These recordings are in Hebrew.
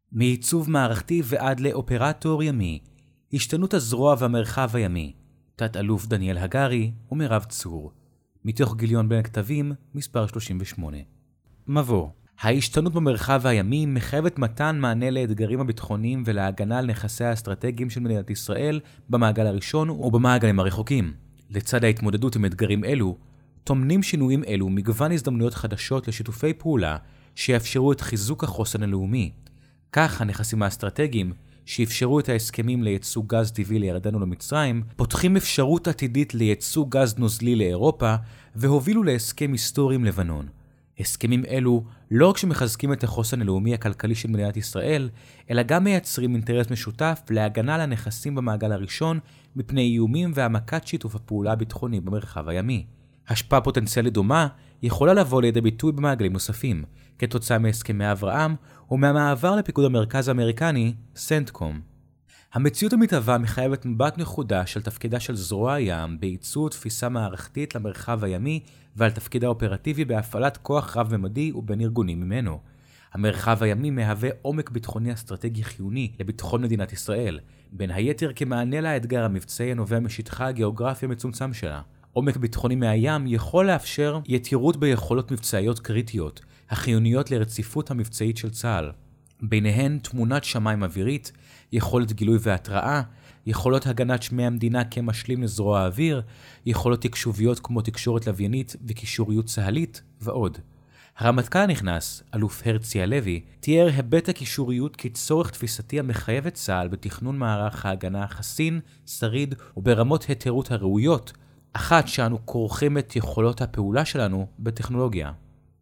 מעיצוב מערכתי ועד לאופרטור ימי, השתנות הזרוע והמרחב הימי, תת-אלוף דניאל הגרי ומירב צור, מתוך גיליון בין הכתבים, מספר 38. מבוא. ההשתנות במרחב הימי מחייבת מתן מענה לאתגרים הביטחוניים ולהגנה על נכסיה האסטרטגיים של מדינת ישראל במעגל הראשון ובמעגלים הרחוקים. לצד ההתמודדות עם אתגרים אלו, טומנים שינויים אלו מגוון הזדמנויות חדשות לשיתופי פעולה שיאפשרו את חיזוק החוסן הלאומי. כך הנכסים האסטרטגיים שאפשרו את ההסכמים לייצוא גז טבעי לירדן ולמצרים, פותחים אפשרות עתידית לייצוא גז נוזלי לאירופה והובילו להסכם היסטורי עם לבנון. הסכמים אלו לא רק שמחזקים את החוסן הלאומי הכלכלי של מדינת ישראל, אלא גם מייצרים אינטרס משותף להגנה על הנכסים במעגל הראשון מפני איומים והעמקת שיתוף הפעולה הביטחוני במרחב הימי. השפעה פוטנציאלית דומה יכולה לבוא לידי ביטוי במעגלים נוספים, כתוצאה מהסכמי אברהם ומהמעבר לפיקוד המרכז האמריקני, סנטקום. המציאות המתהווה מחייבת מבט מחודש על תפקידה של זרוע הים בעיצוב תפיסה מערכתית למרחב הימי ועל תפקידה האופרטיבי בהפעלת כוח רב-ממדי ובין ארגונים ממנו. המרחב הימי מהווה עומק ביטחוני אסטרטגי חיוני לביטחון מדינת ישראל, בין היתר כמענה לאתגר המבצעי הנובע משטחה הגיאוגרפי המצומצם שלה. עומק ביטחוני מהים יכול לאפשר יתירות ביכולות מבצעיות קריטיות, החיוניות לרציפות המבצעית של צה"ל. ביניהן תמונת שמיים אווירית, יכולת גילוי והתראה, יכולות הגנת שמי המדינה כמשלים לזרוע האוויר, יכולות תקשוביות כמו תקשורת לוויינית וקישוריות צהלית ועוד. הרמטכ"ל הנכנס, אלוף הרצי הלוי, תיאר היבט הקישוריות כצורך תפיסתי המחייב את צה"ל בתכנון מערך ההגנה החסין, שריד וברמות היתרות הראויות, אחת שאנו כורכים את יכולות הפעולה שלנו בטכנולוגיה.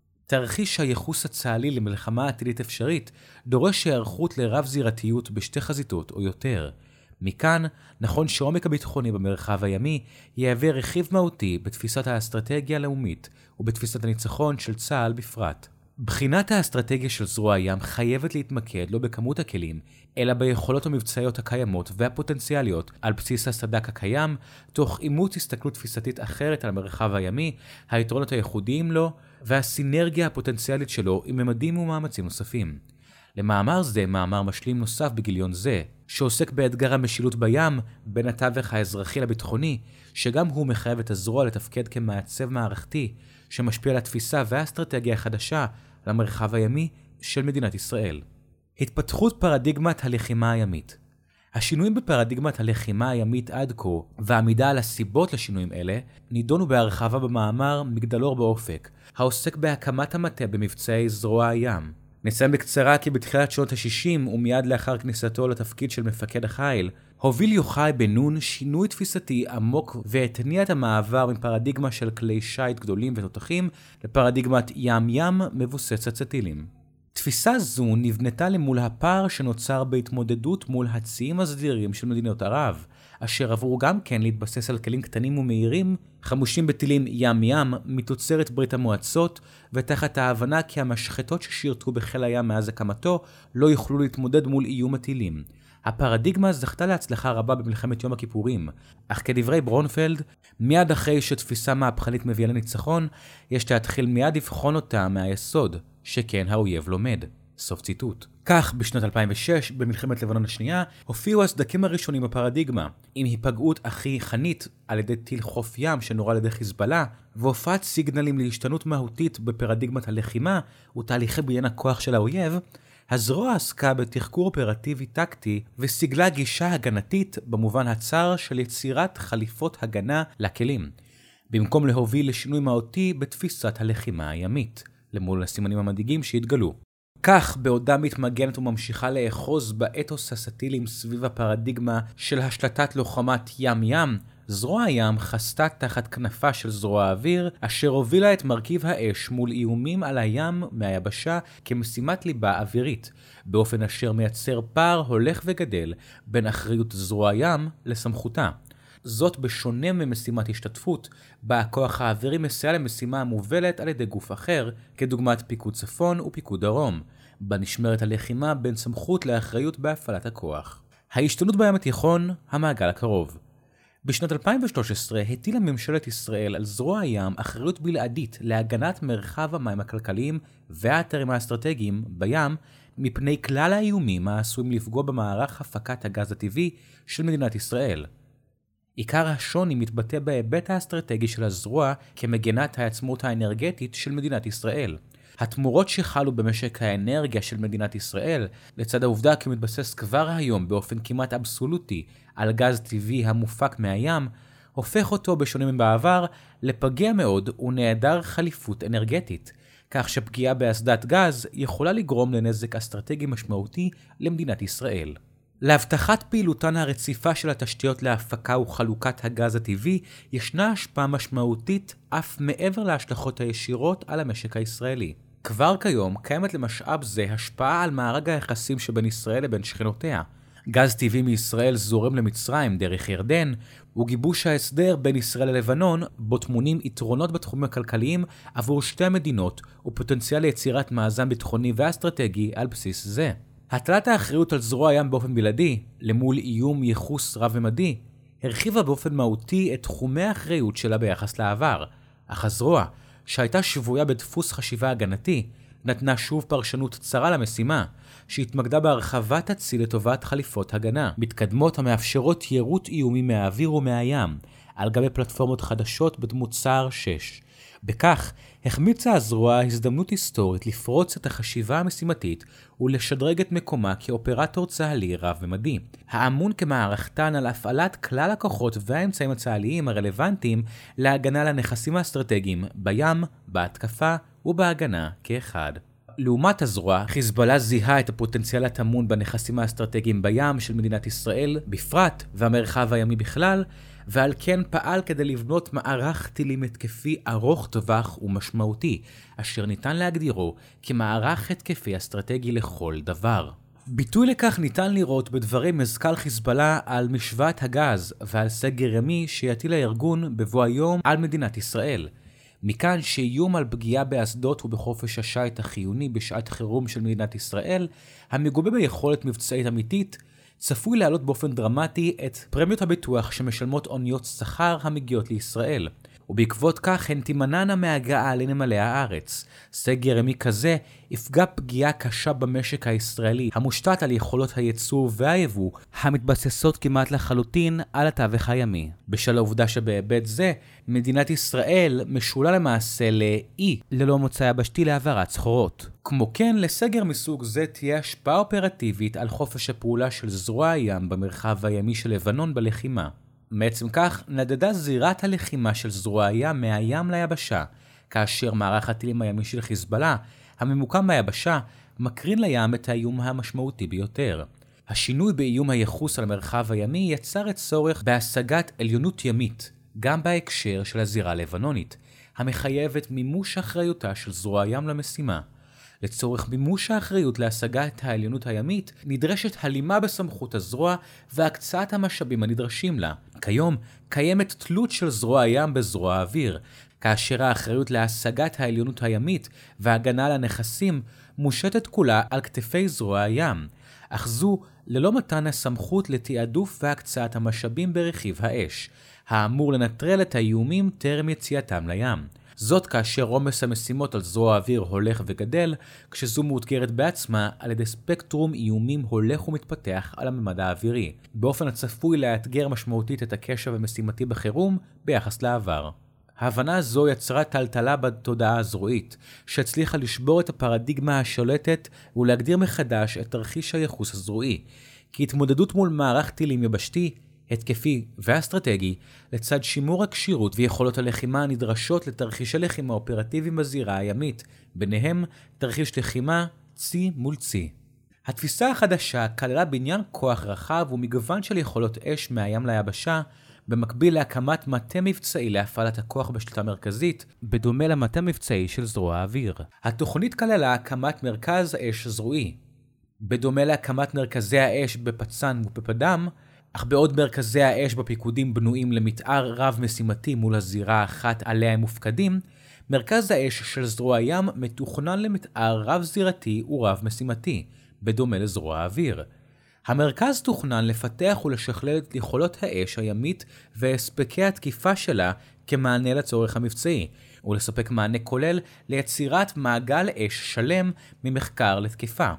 תרחיש הייחוס הצה"לי למלחמה עתידית אפשרית דורש היערכות לרב זירתיות בשתי חזיתות או יותר. מכאן, נכון שעומק הביטחוני במרחב הימי יהווה רכיב מהותי בתפיסת האסטרטגיה הלאומית ובתפיסת הניצחון של צה"ל בפרט. בחינת האסטרטגיה של זרוע הים חייבת להתמקד לא בכמות הכלים, אלא ביכולות המבצעיות הקיימות והפוטנציאליות על בסיס הסד"כ הקיים, תוך אימוץ הסתכלות תפיסתית אחרת על המרחב הימי, היתרונות הייחודיים לו, והסינרגיה הפוטנציאלית שלו עם ממדים ומאמצים נוספים. למאמר זה מאמר משלים נוסף בגיליון זה, שעוסק באתגר המשילות בים בין התווך האזרחי לביטחוני, שגם הוא מחייב את הזרוע לתפקד כמעצב מערכתי, שמשפיע על התפיסה והאסטרטגיה החדשה למרחב הימי של מדינת ישראל. התפתחות פרדיגמת הלחימה הימית. השינויים בפרדיגמת הלחימה הימית עד כה, והעמידה על הסיבות לשינויים אלה, נידונו בהרחבה במאמר מגדלור באופק, העוסק בהקמת המטה במבצעי זרוע הים. נציין בקצרה כי בתחילת שנות ה-60 ומיד לאחר כניסתו לתפקיד של מפקד החיל, הוביל יוחאי בן נון שינוי תפיסתי עמוק והתניע את המעבר מפרדיגמה של כלי שייט גדולים ותותחים לפרדיגמת ים מבוססת סטילים. תפיסה זו נבנתה למול הפער שנוצר בהתמודדות מול הציים הסדירים של מדינות ערב, אשר עברו גם כן להתבסס על כלים קטנים ומהירים, חמושים בטילים ים מתוצרת ברית המועצות, ותחת ההבנה כי המשחטות ששירתו בחיל הים מאז הקמתו לא יוכלו להתמודד מול איום הטילים. הפרדיגמה זכתה להצלחה רבה במלחמת יום הכיפורים, אך כדברי ברונפלד, מיד אחרי שתפיסה מהפכנית מביאה לניצחון, יש להתחיל מיד לבחון אותה מהיסוד, שכן האויב לומד. סוף ציטוט. כך, בשנת 2006, במלחמת לבנון השנייה, הופיעו הסדקים הראשונים בפרדיגמה, עם היפגעות הכי חנית על ידי טיל חוף ים שנורה על ידי חיזבאללה, והופעת סיגנלים להשתנות מהותית בפרדיגמת הלחימה ותהליכי בניין הכוח של האויב, הזרוע עסקה בתחקור אופרטיבי טקטי וסיגלה גישה הגנתית במובן הצר של יצירת חליפות הגנה לכלים, במקום להוביל לשינוי מהותי בתפיסת הלחימה הימית, למול הסימנים המדאיגים שהתגלו. כך, בעודה מתמגנת וממשיכה לאחוז באתוס הסטילים סביב הפרדיגמה של השלטת לוחמת ים, זרוע הים חסתה תחת כנפה של זרוע האוויר, אשר הובילה את מרכיב האש מול איומים על הים מהיבשה כמשימת ליבה אווירית, באופן אשר מייצר פער הולך וגדל בין אחריות זרוע הים לסמכותה. זאת בשונה ממשימת השתתפות, בה הכוח האווירי מסייע למשימה המובלת על ידי גוף אחר, כדוגמת פיקוד צפון ופיקוד דרום, בה נשמרת הלחימה בין סמכות לאחריות בהפעלת הכוח. ההשתנות בים התיכון, המעגל הקרוב. בשנת 2013 הטילה ממשלת ישראל על זרוע הים אחריות בלעדית להגנת מרחב המים הכלכליים והאתרים האסטרטגיים בים מפני כלל האיומים העשויים לפגוע במערך הפקת הגז הטבעי של מדינת ישראל. עיקר השוני מתבטא בהיבט האסטרטגי של הזרוע כמגנת העצמאות האנרגטית של מדינת ישראל. התמורות שחלו במשק האנרגיה של מדינת ישראל, לצד העובדה כי מתבסס כבר היום באופן כמעט אבסולוטי על גז טבעי המופק מהים, הופך אותו בשונה מבעבר לפגיע מאוד ונעדר חליפות אנרגטית, כך שפגיעה באסדת גז יכולה לגרום לנזק אסטרטגי משמעותי למדינת ישראל. להבטחת פעילותן הרציפה של התשתיות להפקה וחלוקת הגז הטבעי ישנה השפעה משמעותית אף מעבר להשלכות הישירות על המשק הישראלי. כבר כיום קיימת למשאב זה השפעה על מארג היחסים שבין ישראל לבין שכנותיה. גז טבעי מישראל זורם למצרים דרך ירדן, וגיבוש ההסדר בין ישראל ללבנון, בו טמונים יתרונות בתחומים הכלכליים עבור שתי המדינות, ופוטנציאל ליצירת מאזן ביטחוני ואסטרטגי על בסיס זה. הטלת האחריות על זרוע הים באופן בלעדי, למול איום ייחוס רב-ממדי, הרחיבה באופן מהותי את תחומי האחריות שלה ביחס לעבר, אך הזרוע, שהייתה שבויה בדפוס חשיבה הגנתי, נתנה שוב פרשנות צרה למשימה, שהתמקדה בהרחבת הצי לטובת חליפות הגנה, מתקדמות המאפשרות יירוט איומים מהאוויר ומהים, על גבי פלטפורמות חדשות בדמות סער 6. בכך, החמיצה הזרוע הזדמנות היסטורית לפרוץ את החשיבה המשימתית ולשדרג את מקומה כאופרטור צה"לי רב-ממדי, האמון כמערכתן על הפעלת כלל הכוחות והאמצעים הצה"ליים הרלוונטיים להגנה על הנכסים האסטרטגיים בים, בהתקפה ובהגנה כאחד. לעומת הזרוע, חיזבאללה זיהה את הפוטנציאל הטמון בנכסים האסטרטגיים בים של מדינת ישראל בפרט והמרחב הימי בכלל, ועל כן פעל כדי לבנות מערך טילים התקפי ארוך טווח ומשמעותי, אשר ניתן להגדירו כמערך התקפי אסטרטגי לכל דבר. ביטוי לכך ניתן לראות בדברים מזכ"ל חיזבאללה על משוואת הגז ועל סגר ימי שיטיל הארגון בבוא היום על מדינת ישראל. מכאן שאיום על פגיעה באסדות ובחופש השיט החיוני בשעת חירום של מדינת ישראל, המגובה ביכולת מבצעית אמיתית, צפוי לעלות באופן דרמטי את פרמיות הביטוח שמשלמות אוניות שכר המגיעות לישראל, ובעקבות כך הן תימנענה מהגעה לנמלי הארץ. סגר ימי כזה יפגע פגיעה קשה במשק הישראלי, המושתת על יכולות הייצור והיבוא, המתבססות כמעט לחלוטין על התווך הימי. בשל העובדה שבהיבט זה, מדינת ישראל משולה למעשה לאי ללא מוצא יבשתי להעברת סחורות. כמו כן, לסגר מסוג זה תהיה השפעה אופרטיבית על חופש הפעולה של זרוע הים במרחב הימי של לבנון בלחימה. מעצם כך, נדדה זירת הלחימה של זרוע הים מהים ליבשה, כאשר מערך הטילים הימי של חיזבאללה, הממוקם ביבשה, מקרין לים את האיום המשמעותי ביותר. השינוי באיום הייחוס על המרחב הימי יצר את צורך בהשגת עליונות ימית, גם בהקשר של הזירה הלבנונית, המחייבת מימוש אחריותה של זרוע הים למשימה. לצורך מימוש האחריות להשגת העליונות הימית, נדרשת הלימה בסמכות הזרוע והקצאת המשאבים הנדרשים לה. כיום קיימת תלות של זרוע הים בזרוע האוויר, כאשר האחריות להשגת העליונות הימית והגנה על הנכסים מושתת כולה על כתפי זרוע הים, אך זו ללא מתן הסמכות לתעדוף והקצאת המשאבים ברכיב האש, האמור לנטרל את האיומים טרם יציאתם לים. זאת כאשר עומס המשימות על זרוע האוויר הולך וגדל, כשזו מאותגרת בעצמה על ידי ספקטרום איומים הולך ומתפתח על הממד האווירי, באופן הצפוי לאתגר משמעותית את הקשב המשימתי בחירום ביחס לעבר. ההבנה זו יצרה טלטלה בתודעה הזרועית, שהצליחה לשבור את הפרדיגמה השולטת ולהגדיר מחדש את תרחיש הייחוס הזרועי, כי התמודדות מול מערך טילים יבשתי, התקפי ואסטרטגי, לצד שימור הקשירות ויכולות הלחימה הנדרשות לתרחישי לחימה אופרטיביים בזירה הימית, ביניהם תרחיש לחימה צי מול צי. התפיסה החדשה כללה בניין כוח רחב ומגוון של יכולות אש מהים ליבשה, במקביל להקמת מטה מבצעי להפעלת הכוח בשליטה מרכזית, בדומה למטה מבצעי של זרוע האוויר. התוכנית כללה הקמת מרכז אש זרועי, בדומה להקמת מרכזי האש בפצ"ן ובפדם, אך בעוד מרכזי האש בפיקודים בנויים למתאר רב-משימתי מול הזירה האחת עליה הם מופקדים, מרכז האש של זרוע הים מתוכנן למתאר רב-זירתי ורב-משימתי, בדומה לזרוע האוויר. המרכז תוכנן לפתח ולשכלל את יכולות האש הימית והספקי התקיפה שלה כמענה לצורך המבצעי, ולספק מענה כולל ליצירת מעגל אש שלם ממחקר לתקיפה.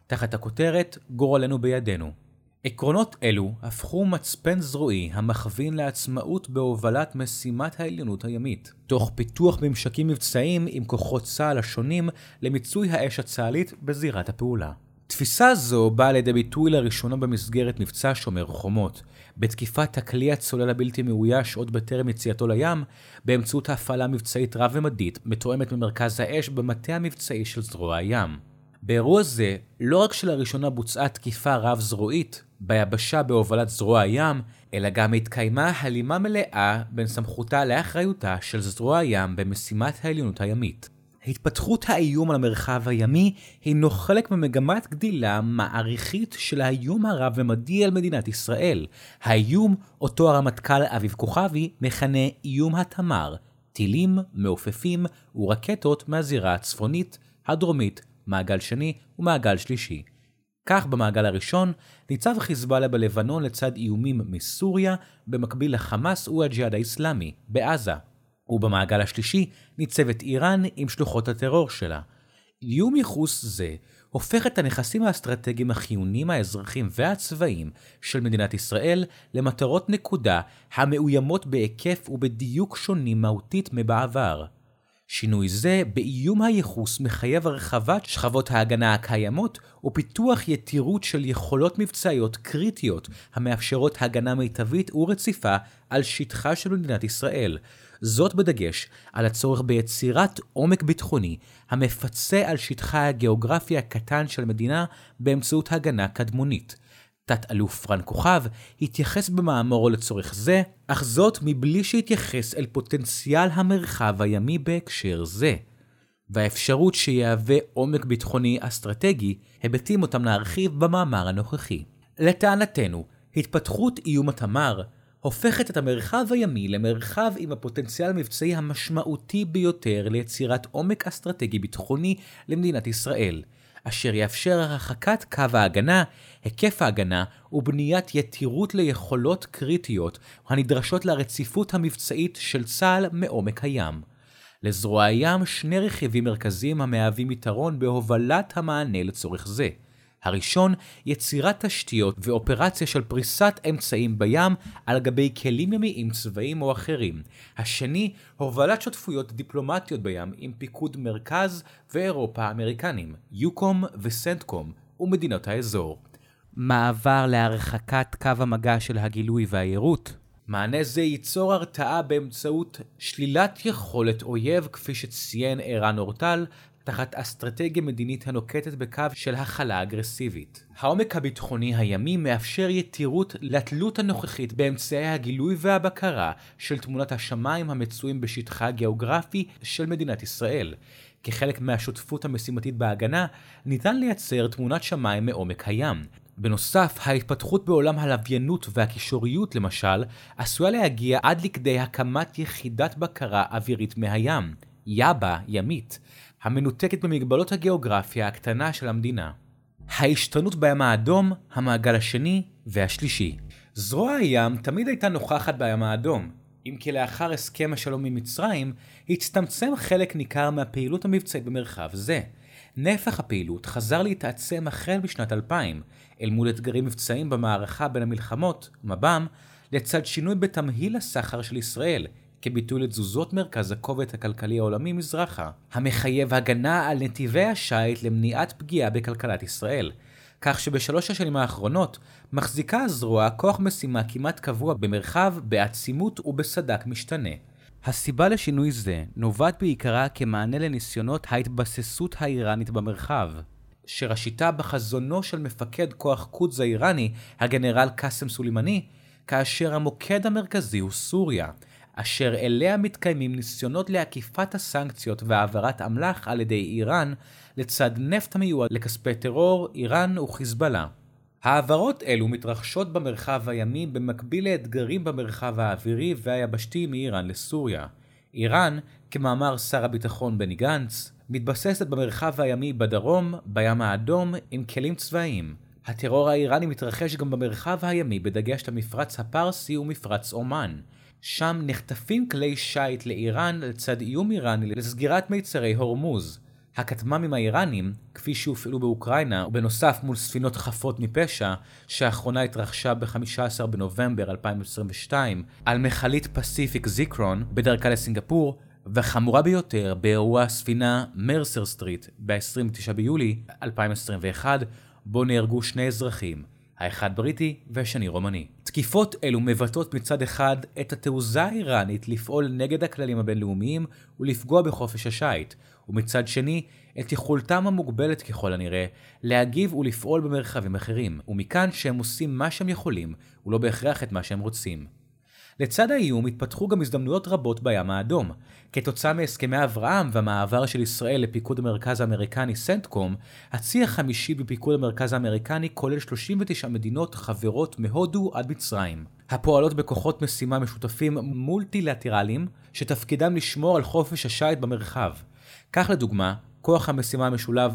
תחת הכותרת גורלנו בידינו. עקרונות אלו הפכו מצפן זרועי המכווין לעצמאות בהובלת משימת העליונות הימית, תוך פיתוח ממשקים מבצעיים עם כוחות צה"ל השונים למיצוי האש הצה"לית בזירת הפעולה. תפיסה זו באה לידי ביטוי לראשונה במסגרת מבצע שומר חומות, בתקיפת הכלי הצולל הבלתי מאויש עוד בטרם יציאתו לים, באמצעות ההפעלה מבצעית רב-ממדית מתואמת ממרכז האש במטה המבצעי של זרוע הים. באירוע זה לא רק שלראשונה בוצעה תקיפה רב-זרועית ביבשה בהובלת זרוע הים, אלא גם התקיימה הלימה מלאה בין סמכותה לאחריותה של זרוע הים במשימת העליונות הימית. התפתחות האיום על המרחב הימי הינו חלק ממגמת גדילה מעריכית של האיום הרב-ממדי על מדינת ישראל. האיום, אותו הרמטכ"ל אביב כוכבי מכנה איום התמר, טילים, מעופפים ורקטות מהזירה הצפונית, הדרומית, מעגל שני ומעגל שלישי. כך במעגל הראשון ניצב חיזבאללה בלבנון לצד איומים מסוריה, במקביל לחמאס והג'יהאד האסלאמי בעזה. ובמעגל השלישי ניצבת איראן עם שלוחות הטרור שלה. איום ייחוס זה הופך את הנכסים האסטרטגיים החיוניים האזרחיים והצבאיים של מדינת ישראל למטרות נקודה המאוימות בהיקף ובדיוק שונים מהותית מבעבר. שינוי זה באיום הייחוס מחייב הרחבת שכבות ההגנה הקיימות ופיתוח יתירות של יכולות מבצעיות קריטיות המאפשרות הגנה מיטבית ורציפה על שטחה של מדינת ישראל. זאת בדגש על הצורך ביצירת עומק ביטחוני המפצה על שטחה הגיאוגרפי הקטן של מדינה באמצעות הגנה קדמונית. תת-אלוף פרנק כוכב התייחס במאמרו לצורך זה, אך זאת מבלי שהתייחס אל פוטנציאל המרחב הימי בהקשר זה. והאפשרות שיהווה עומק ביטחוני אסטרטגי, היבטים אותם להרחיב במאמר הנוכחי. לטענתנו, התפתחות איום התמר הופכת את המרחב הימי למרחב עם הפוטנציאל המבצעי המשמעותי ביותר ליצירת עומק אסטרטגי ביטחוני למדינת ישראל, אשר יאפשר הרחקת קו ההגנה, היקף ההגנה ובניית יתירות ליכולות קריטיות הנדרשות לרציפות המבצעית של צה"ל מעומק הים. לזרוע הים שני רכיבים מרכזיים המהווים יתרון בהובלת המענה לצורך זה. הראשון, יצירת תשתיות ואופרציה של פריסת אמצעים בים על גבי כלים ימיים צבאיים או אחרים. השני, הובלת שותפויות דיפלומטיות בים עם פיקוד מרכז ואירופה האמריקנים, יוקום וסנטקום ומדינות האזור. מעבר להרחקת קו המגע של הגילוי והיירוט. מענה זה ייצור הרתעה באמצעות שלילת יכולת אויב כפי שציין ערן אורטל, תחת אסטרטגיה מדינית הנוקטת בקו של הכלה אגרסיבית. העומק הביטחוני הימי מאפשר יתירות לתלות הנוכחית באמצעי הגילוי והבקרה של תמונת השמיים המצויים בשטחה הגיאוגרפי של מדינת ישראל. כחלק מהשותפות המשימתית בהגנה, ניתן לייצר תמונת שמיים מעומק הים. בנוסף, ההתפתחות בעולם הלוויינות והקישוריות למשל, עשויה להגיע עד לכדי הקמת יחידת בקרה אווירית מהים, יאבה ימית, המנותקת במגבלות הגיאוגרפיה הקטנה של המדינה. ההשתנות בים האדום, המעגל השני והשלישי. זרוע הים תמיד הייתה נוכחת בים האדום, אם כי לאחר הסכם השלום עם מצרים, הצטמצם חלק ניכר מהפעילות המבצעית במרחב זה. נפח הפעילות חזר להתעצם החל בשנת 2000, אל מול אתגרים מבצעיים במערכה בין המלחמות, מב"ם, לצד שינוי בתמהיל הסחר של ישראל, כביטוי לתזוזות מרכז הכובד הכלכלי העולמי מזרחה, המחייב הגנה על נתיבי השייט למניעת פגיעה בכלכלת ישראל, כך שבשלוש השנים האחרונות מחזיקה הזרוע כוח משימה כמעט קבוע במרחב, בעצימות ובסדק משתנה. הסיבה לשינוי זה נובעת בעיקרה כמענה לניסיונות ההתבססות האיראנית במרחב, שראשיתה בחזונו של מפקד כוח קודס האיראני, הגנרל קאסם סולימני, כאשר המוקד המרכזי הוא סוריה, אשר אליה מתקיימים ניסיונות לעקיפת הסנקציות והעברת אמל"ח על ידי איראן לצד נפט המיועד לכספי טרור, איראן וחיזבאללה. העברות אלו מתרחשות במרחב הימי במקביל לאתגרים במרחב האווירי והיבשתי מאיראן לסוריה. איראן, כמאמר שר הביטחון בני גנץ, מתבססת במרחב הימי בדרום, בים האדום, עם כלים צבאיים. הטרור האיראני מתרחש גם במרחב הימי בדגש למפרץ הפרסי ומפרץ אומן. שם נחטפים כלי שייט לאיראן לצד איום איראני לסגירת מיצרי הורמוז. הכטמ"מים האיראנים, כפי שהופעלו באוקראינה, ובנוסף מול ספינות חפות מפשע, שהאחרונה התרחשה ב-15 בנובמבר 2022, על מכלית פסיפיק זיקרון בדרכה לסינגפור, והחמורה ביותר באירוע הספינה מרסר סטריט ב-29 ביולי 2021, בו נהרגו 2 אזרחים, האחד בריטי והשני רומני. תקיפות אלו מבטאות מצד אחד את התעוזה האיראנית לפעול נגד הכללים הבינלאומיים ולפגוע בחופש השיט, ומצד שני את יכולתם המוגבלת ככל הנראה להגיב ולפעול במרחבים אחרים, ומכאן שהם עושים מה שהם יכולים ולא בהכרח את מה שהם רוצים. לצד האיום התפתחו גם הזדמנויות רבות בים האדום. כתוצאה מהסכמי אברהם והמעבר של ישראל לפיקוד המרכז האמריקני סנטקום, הצי החמישי בפיקוד המרכז האמריקני כולל 39 מדינות חברות מהודו עד מצרים, הפועלות בכוחות משימה משותפים מולטילטרליים שתפקידם לשמור על חופש השיט במרחב. כך לדוגמה, כוח המשימה המשולב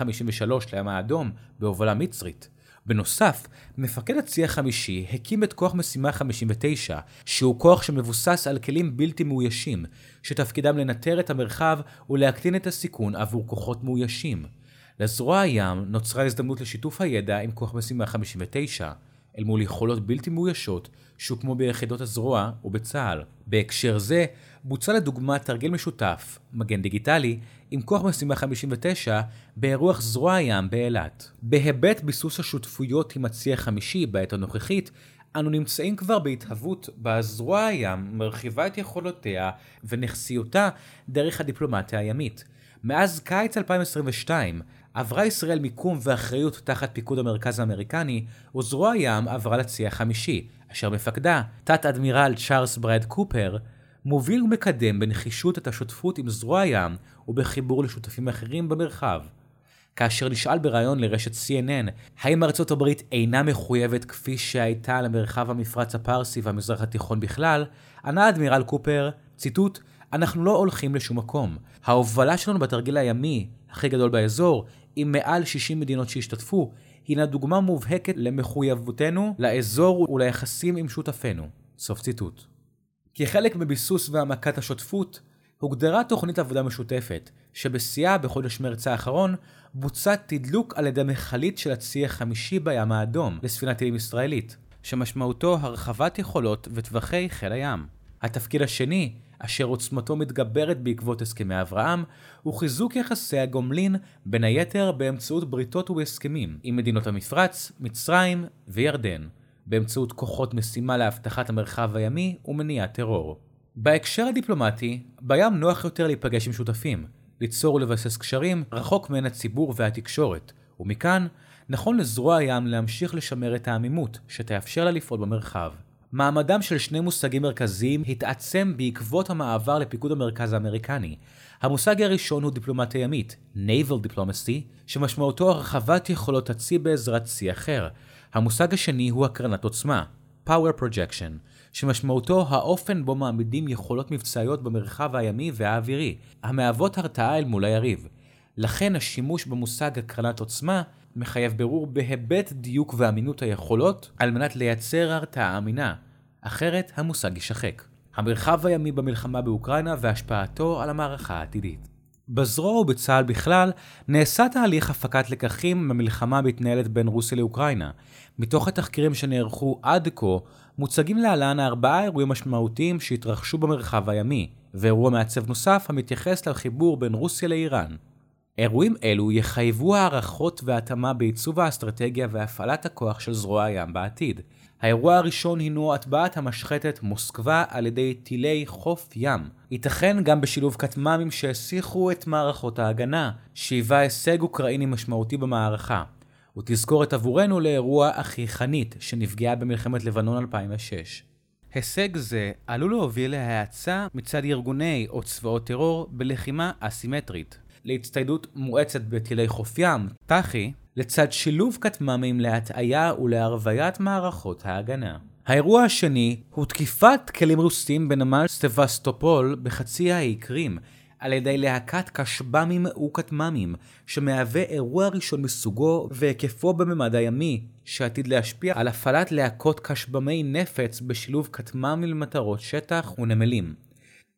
153 לים האדום בהובלה מצרית. בנוסף, מפקד הצי החמישי הקים את כוח משימה 59, שהוא כוח שמבוסס על כלים בלתי מאוישים, שתפקידם לנטר את המרחב ולהקטין את הסיכון עבור כוחות מאוישים. לזרוע הים נוצרה הזדמנות לשיתוף הידע עם כוח משימה 59, אל מול יכולות בלתי מאוישות שהוקמו ביחידות הזרוע ובצה"ל. בהקשר זה, בוצע לדוגמה תרגיל משותף, מגן דיגיטלי, עם כוח משימה 59 באירוח זרוע הים באילת. בהיבט ביסוס השותפויות עם הצי החמישי בעת הנוכחית, אנו נמצאים כבר בהתהוות בזרוע הים מרחיבה את יכולותיה ונכסיותה דרך הדיפלומטיה הימית. מאז קיץ 2022 עברה ישראל מיקום ואחריות תחת פיקוד המרכז האמריקני, וזרוע הים עברה לצי החמישי, אשר מפקדה, תת-אדמירל צ'ארלס ברד קופר, מוביל ומקדם בנחישות את השותפות עם זרוע הים ובחיבור לשותפים אחרים במרחב. כאשר נשאל בראיון לרשת CNN האם ארצות הברית אינה מחויבת כפי שהייתה למרחב המפרץ הפרסי והמזרח התיכון בכלל, ענה אדמירל קופר, ציטוט, אנחנו לא הולכים לשום מקום. ההובלה שלנו בתרגיל הימי הכי גדול באזור, עם מעל 60 מדינות שהשתתפו, הינה דוגמה מובהקת למחויבותנו לאזור וליחסים עם שותפינו. סוף ציטוט. כחלק מביסוס והעמקת השותפות, הוגדרה תוכנית עבודה משותפת, שבשיאה בחודש מרץ האחרון בוצע תדלוק על ידי מכלית של הצי החמישי בים האדום לספינת טילים ישראלית, שמשמעותו הרחבת יכולות וטווחי חיל הים. התפקיד השני, אשר עוצמתו מתגברת בעקבות הסכמי אברהם, הוא חיזוק יחסי הגומלין בין היתר באמצעות בריתות ובהסכמים עם מדינות המפרץ, מצרים וירדן, באמצעות כוחות משימה להבטחת המרחב הימי ומניעת טרור. בהקשר הדיפלומטי, בים נוח יותר להיפגש עם שותפים, ליצור ולבסס קשרים רחוק מן הציבור והתקשורת, ומכאן נכון לזרוע הים להמשיך לשמר את העמימות שתאפשר לה לפעול במרחב. מעמדם של 2 מושגים מרכזיים התעצם בעקבות המעבר לפיקוד המרכז האמריקני. המושג הראשון הוא דיפלומטיה ימית, Naval Diplomacy, שמשמעותו הרחבת יכולות הצי בעזרת צי אחר. המושג השני הוא הקרנת עוצמה, Power Projection, שמשמעותו האופן בו מעמידים יכולות מבצעיות במרחב הימי והאווירי, המהוות הרתעה אל מול היריב. לכן השימוש במושג הקרנת עוצמה מחייב ברור בהיבט דיוק ואמינות היכולות על מנת לייצר הרתעה אמינה, אחרת המושג יישחק. המרחב הימי במלחמה באוקראינה והשפעתו על המערכה העתידית. בזרוע ובצה"ל בכלל נעשה תהליך הפקת לקחים במלחמה מתנהלת בין רוסיה לאוקראינה. מתוך התחקירים שנערכו עד כה מוצגים להלן 4 אירועים משמעותיים שהתרחשו במרחב הימי, ואירוע מעצב נוסף המתייחס לחיבור בין רוסיה לאיראן. אירועים אלו יחייבו הערכות והתאמה בעיצוב האסטרטגיה והפעלת הכוח של זרוע הים בעתיד. האירוע הראשון הינו הטבעת המשחטת מוסקבה על ידי טילי חוף ים. ייתכן גם בשילוב כטמ"מים שהסיחו את מערכות ההגנה, שהיווה הישג אוקראיני משמעותי במערכה. ותזכורת עבורנו לאירוע אחי חנית שנפגעה במלחמת לבנון 2006. הישג זה עלול להוביל להאצה מצד ארגוני או צבאות טרור בלחימה אסימטרית. להצטיידות מואצת בטילי חוף ים, תחי, לצד שילוב כטמ"מים להטעיה ולהרוויית מערכות ההגנה. האירוע השני הוא תקיפת כלים רוסים בנמל סבסטופול בחצי האי קרים, על ידי להקת כשב"מים וכטמ"מים, שמהווה אירוע ראשון מסוגו והיקפו בממד הימי, שעתיד להשפיע על הפעלת להקות כשב"מי נפץ בשילוב כטמ"מים למטרות שטח ונמלים.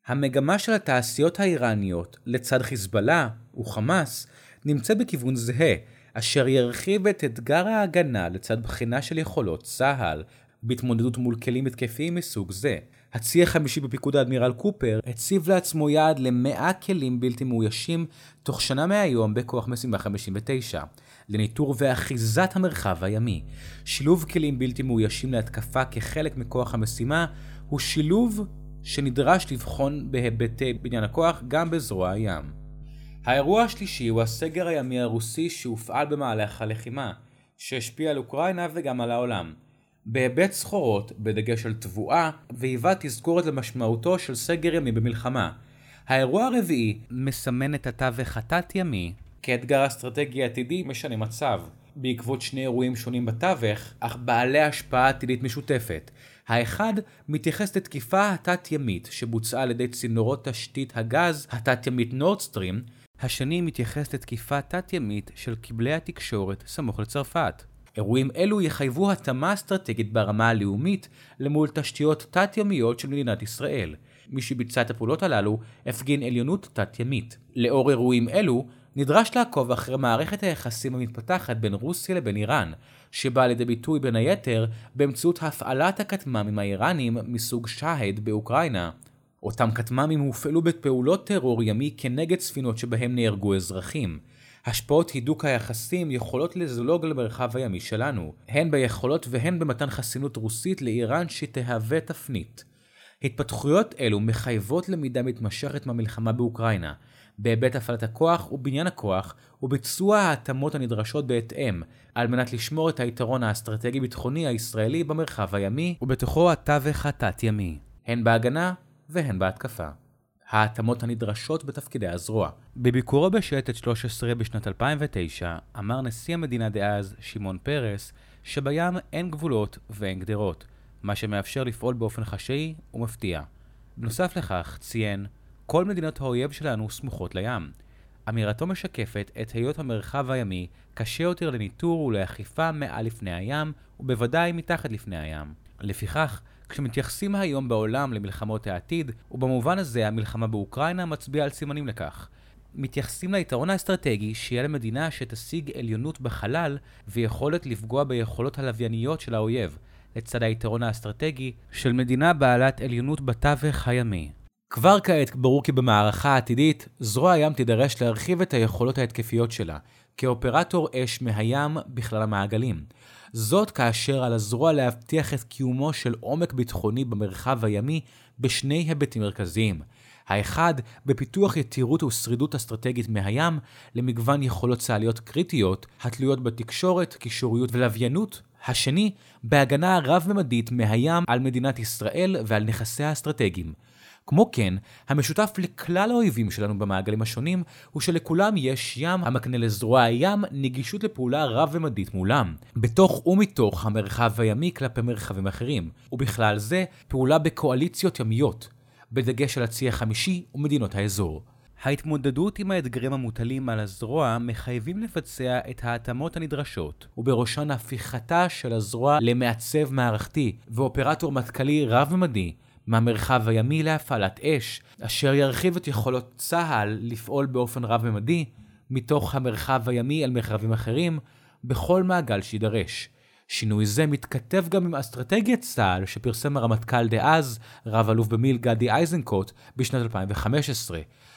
המגמה של התעשיות האיראניות לצד חיזבאללה וחמאס נמצא בכיוון זהה, אשר ירחיב את אתגר ההגנה לצד בחינה של יכולות צה"ל בהתמודדות מול כלים התקפיים מסוג זה. הצי החמישי בפיקוד האדמירל קופר הציב לעצמו יעד ל100 כלים בלתי מאוישים תוך שנה מהיום בכוח משימה 59, לניטור ואחיזת המרחב הימי. שילוב כלים בלתי מאוישים להתקפה כחלק מכוח המשימה הוא שילוב שנדרש לבחון בהיבטי בניין הכוח גם בזרוע הים. האירוע השלישי הוא הסגר הימי הרוסי שהופעל במהלך הלחימה, שהשפיע על אוקראינה וגם על העולם. בהיבט סחורות, בדגש על תבואה, והיווה תזכורת למשמעותו של סגר ימי במלחמה. האירוע הרביעי מסמן את התווך התת-ימי כאתגר אסטרטגי עתידי משנה מצב. בעקבות שני אירועים שונים בתווך, אך בעלי השפעה עתידית משותפת. האחד מתייחס לתקיפה התת-ימית שבוצעה על ידי צינורות תשתית הגז התת-ימית נורדסטרים. השני מתייחס לתקיפה תת-ימית של כבלי התקשורת סמוך לצרפת. אירועים אלו יחייבו התאמה אסטרטגית ברמה הלאומית למול תשתיות תת-ימיות של מדינת ישראל. מי שביצע את הפעולות הללו הפגין עליונות תת-ימית. לאור אירועים אלו נדרש לעקוב אחרי מערכת היחסים המתפתחת בין רוסיה לבין איראן, שבאה לידי ביטוי בין היתר באמצעות הפעלת הכטמ"מים האיראנים מסוג שהד באוקראינה. אותם כטמ"מים הופעלו בפעולות טרור ימי כנגד ספינות שבהם נהרגו אזרחים. השפעות הידוק היחסים יכולות לזלוג למרחב הימי שלנו, הן ביכולות והן במתן חסינות רוסית לאיראן שתהווה תפנית. התפתחויות אלו מחייבות למידה מתמשכת מהמלחמה באוקראינה, בהיבט הפעלת הכוח ובניין הכוח וביצוע ההתאמות הנדרשות בהתאם, על מנת לשמור את היתרון האסטרטגי-ביטחוני הישראלי במרחב הימי ובתוכו התווך התת-ימי, הן בהגנה והן בהתקפה. ההתאמות הנדרשות בתפקידי הזרוע. בביקורו בשייטת 13 בשנת 2009 אמר נשיא המדינה דאז שמעון פרס שבים אין גבולות ואין גדרות, מה שמאפשר לפעול באופן חשאי ומפתיע. בנוסף לכך ציין, כל מדינות האויב שלנו סמוכות לים. אמירתו משקפת את היות המרחב הימי קשה יותר לניטור ולאכיפה מעל לפני הים ובוודאי מתחת לפני הים. לפיכך, כשמתייחסים היום בעולם למלחמות העתיד, ובמובן הזה המלחמה באוקראינה מצביעה על סימנים לכך. מתייחסים ליתרון האסטרטגי שיהיה למדינה שתשיג עליונות בחלל ויכולת לפגוע ביכולות הלווייניות של האויב, לצד היתרון האסטרטגי של מדינה בעלת עליונות בתווך הימי. כבר כעת ברור כי במערכה העתידית, זרוע הים תידרש להרחיב את היכולות ההתקפיות שלה, כאופרטור אש מהים בכלל המעגלים. זאת כאשר על הזרוע להבטיח את קיומו של עומק ביטחוני במרחב הימי בשני היבטים מרכזיים. האחד, בפיתוח יתירות ושרידות אסטרטגית מהים למגוון יכולות צה"ליות קריטיות, התלויות בתקשורת, קישוריות ולוויינות. השני, בהגנה רב-ממדית מהים על מדינת ישראל ועל נכסיה האסטרטגיים. כמו כן, המשותף לכלל האויבים שלנו במעגלים השונים הוא שלכולם יש ים המקנה לזרוע הים נגישות לפעולה רב-ממדית מולם, בתוך ומתוך המרחב הימי כלפי מרחבים אחרים, ובכלל זה פעולה בקואליציות ימיות, בדגש על הצי החמישי ומדינות האזור. ההתמודדות עם האתגרים המוטלים על הזרוע מחייבים לבצע את ההתאמות הנדרשות, ובראשן הפיכתה של הזרוע למעצב מערכתי ואופרטור מטכ"לי רב-ממדי, מהמרחב הימי להפעלת אש, אשר ירחיב את יכולות צה"ל לפעול באופן רב-ממדי, מתוך המרחב הימי אל מרחבים אחרים, בכל מעגל שידרש. שינוי זה מתכתב גם עם אסטרטגיית צה"ל שפרסם הרמטכ"ל דאז, רב אלוף במיל' גדי איזנקוט, בשנת 2015.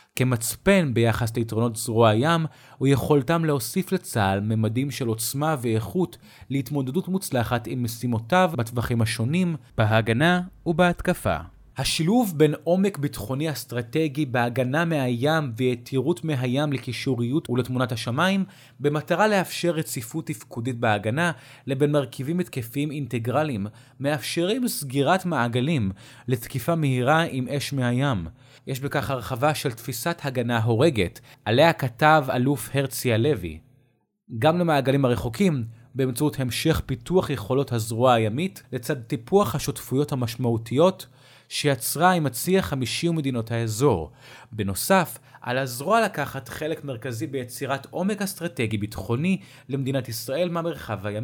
כמצפן ביחס ליתרונות זרוע הים, ויכולתם להוסיף לצה"ל ממדים של עוצמה ואיכות להתמודדות מוצלחת עם משימותיו בטווחים השונים, בהגנה ובהתקפה. השילוב בין עומק ביטחוני אסטרטגי בהגנה מהים ויתירות מהים לקישוריות ולתמונת השמיים, במטרה לאפשר רציפות תפקודית בהגנה לבין מרכיבים התקפיים אינטגרליים, מאפשרים סגירת מעגלים לתקיפה מהירה עם אש מהים. יש בכך הרחבה של תפיסת הגנה הורגת, עליה כתב אלוף הרצי הלוי. גם למעגלים הרחוקים, באמצעות המשך פיתוח יכולות הזרוע הימית, לצד טיפוח השותפויות המשמעותיות שיצרה עם הצי החמישי ומדינות האזור. בנוסף, על הזרוע לקחת חלק מרכזי ביצירת עומק אסטרטגי ביטחוני למדינת ישראל מהמרחב הימי,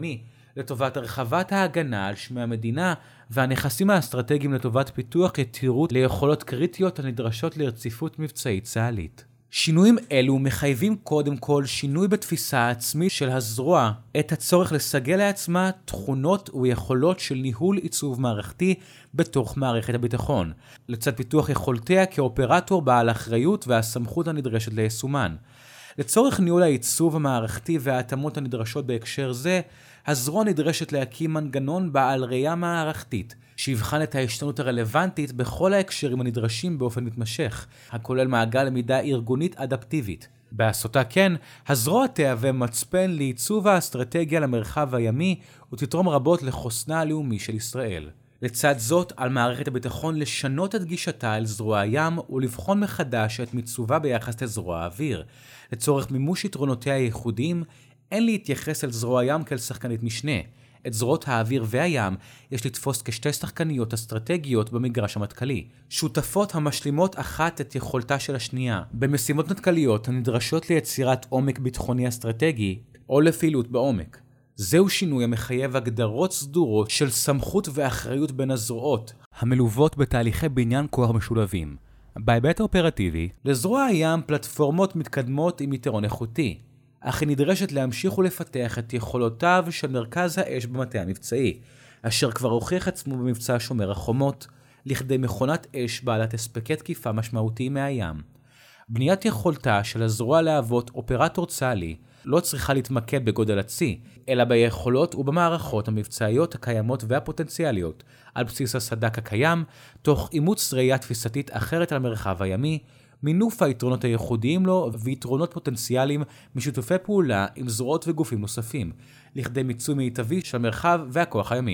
לטובת הרחבת ההגנה על שמי המדינה והנכסים האסטרטגיים לטובת פיתוח יתירות ליכולות קריטיות הנדרשות לרציפות מבצעית צה"לית. שינויים אלו מחייבים קודם כל שינוי בתפיסה העצמית של הזרוע, את הצורך לסגל לעצמה תכונות ויכולות של ניהול עיצוב מערכתי בתוך מערכת הביטחון, לצד פיתוח יכולתיה כאופרטור בעל אחריות והסמכות הנדרשת ליישומן. לצורך ניהול העיצוב המערכתי וההתאמות הנדרשות בהקשר זה, הזרוע נדרשת להקים מנגנון בעל ראייה מערכתית, שיבחן את ההשתנות הרלוונטית בכל ההקשרים הנדרשים באופן מתמשך, הכולל מעגל למידה ארגונית אדפטיבית. בעשותה כן, הזרוע תהווה מצפן לעיצוב האסטרטגיה למרחב הימי ותתרום רבות לחוסנה הלאומי של ישראל. לצד זאת, על מערכת הביטחון לשנות את גישתה אל זרוע הים ולבחון מחדש את מיצובה ביחס לזרוע האוויר. לצורך מימוש יתרונותיה הייחודיים, אין להתייחס אל זרוע הים כאל שחקנית משנה. את זרועות האוויר והים יש לתפוס כשתי שחקניות אסטרטגיות במגרש המטכ"לי, שותפות המשלימות אחת את יכולתה של השנייה, במשימות מטכ"ליות הנדרשות ליצירת עומק ביטחוני אסטרטגי או לפעילות בעומק. זהו שינוי המחייב הגדרות סדורות של סמכות ואחריות בין הזרועות, המלוות בתהליכי בניין כוח משולבים. בהיבט האופרטיבי, לזרוע הים פלטפורמות מתקדמות עם יתרון איכותי, אך היא נדרשת להמשיך ולפתח את יכולותיו של מרכז האש במטה המבצעי, אשר כבר הוכיח עצמו במבצע שומר החומות, לכדי מכונת אש בעלת הספקי תקיפה משמעותי מהים. בניית יכולתה של הזרוע להוות אופרטור צה"לי לא צריכה להתמקד בגודל הצי, אלא ביכולות ובמערכות המבצעיות הקיימות והפוטנציאליות, על בסיס הסד"כ הקיים, תוך אימוץ ראייה תפיסתית אחרת על המרחב הימי, מינוף היתרונות הייחודיים לו ויתרונות פוטנציאליים משיתופי פעולה עם זרועות וגופים נוספים, לכדי מיצוי מיטבי של המרחב והכוח הימי.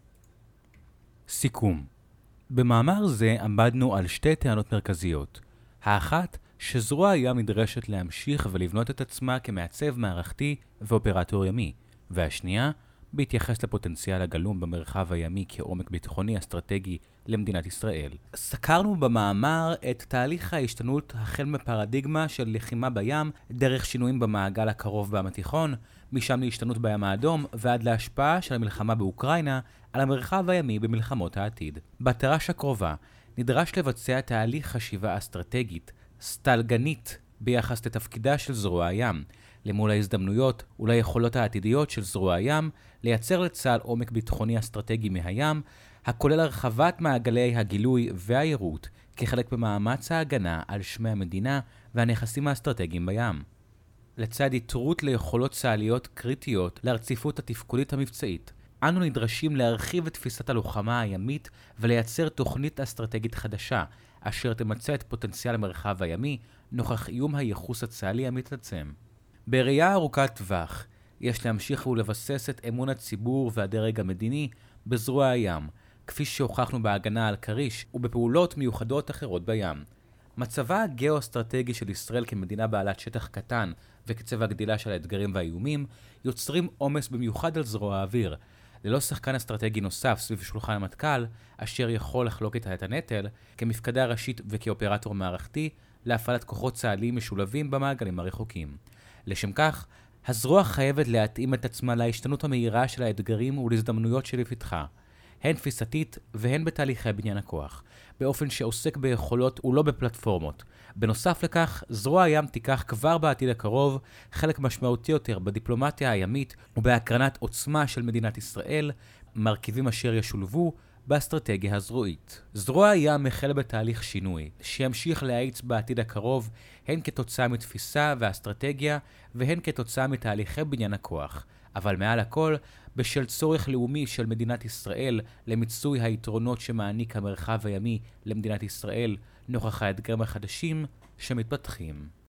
סיכום. במאמר זה עמדנו על שתי טענות מרכזיות. האחת, שזרוע הים נדרשת להמשיך ולבנות את עצמה כמעצב מערכתי ואופרטור ימי, והשנייה, בהתייחס לפוטנציאל הגלום במרחב הימי כעומק ביטחוני אסטרטגי למדינת ישראל. סקרנו במאמר את תהליך ההשתנות החל מפרדיגמה של לחימה בים דרך שינויים במעגל הקרוב בים התיכון, משם להשתנות בים האדום ועד להשפעה של המלחמה באוקראינה על המרחב הימי במלחמות העתיד. בתר"ש הקרובה נדרש לבצע תהליך חשיבה אסטרטגית, סטלגנית, ביחס לתפקידה של זרוע הים, למול ההזדמנויות וליכולות העתידיות של זרוע הים, לייצר לצה"ל עומק ביטחוני אסטרטגי מהים, הכולל הרחבת מעגלי הגילוי והיירוט כחלק במאמץ ההגנה על שמי המדינה והנכסים האסטרטגיים בים. לצד יתרות ליכולות צה"ליות קריטיות לרציפות התפקודית המבצעית, אנו נדרשים להרחיב את תפיסת הלוחמה הימית ולייצר תוכנית אסטרטגית חדשה, אשר תמצא את פוטנציאל המרחב הימי נוכח איום הייחוס הצה"לי המתעצם. בראייה ארוכת טווח, יש להמשיך ולבסס את אמון הציבור והדרג המדיני בזרוע הים, כפי שהוכחנו בהגנה על קריש ובפעולות מיוחדות אחרות בים. מצבה הגאו-אסטרטגי של ישראל כמדינה בעלת שטח קטן וקצב הגדילה של האתגרים והאיומים יוצרים עומס במיוחד על זרוע האוויר, ללא שחקן אסטרטגי נוסף סביב שולחן המטכ"ל, אשר יכול לחלוק איתה את הנטל, כמפקדה ראשית וכאופרטור מערכתי, להפעלת כוחות צה"ליים משולבים במעגלים הרחוקים. לשם כך, הזרוע חייבת להתאים את עצמה להשתנות המהירה של האתגרים ולהזדמנויות שלפתחה, הן תפיסתית והן בתהליכי בניין הכוח, באופן שעוסק ביכולות ולא בפלטפורמות. בנוסף לכך, זרוע הים תיקח כבר בעתיד הקרוב חלק משמעותי יותר בדיפלומטיה הימית ובהקרנת עוצמה של מדינת ישראל, מרכיבים אשר ישולבו באסטרטגיה הזרועית. זרוע הים החל בתהליך שינוי, שימשיך להאיץ בעתיד הקרוב, הן כתוצאה מתפיסה ואסטרטגיה, והן כתוצאה מתהליכי בניין הכוח. אבל מעל הכל, בשל צורך לאומי של מדינת ישראל למיצוי היתרונות שמעניק המרחב הימי למדינת ישראל, נוכח האתגרים החדשים שמתפתחים.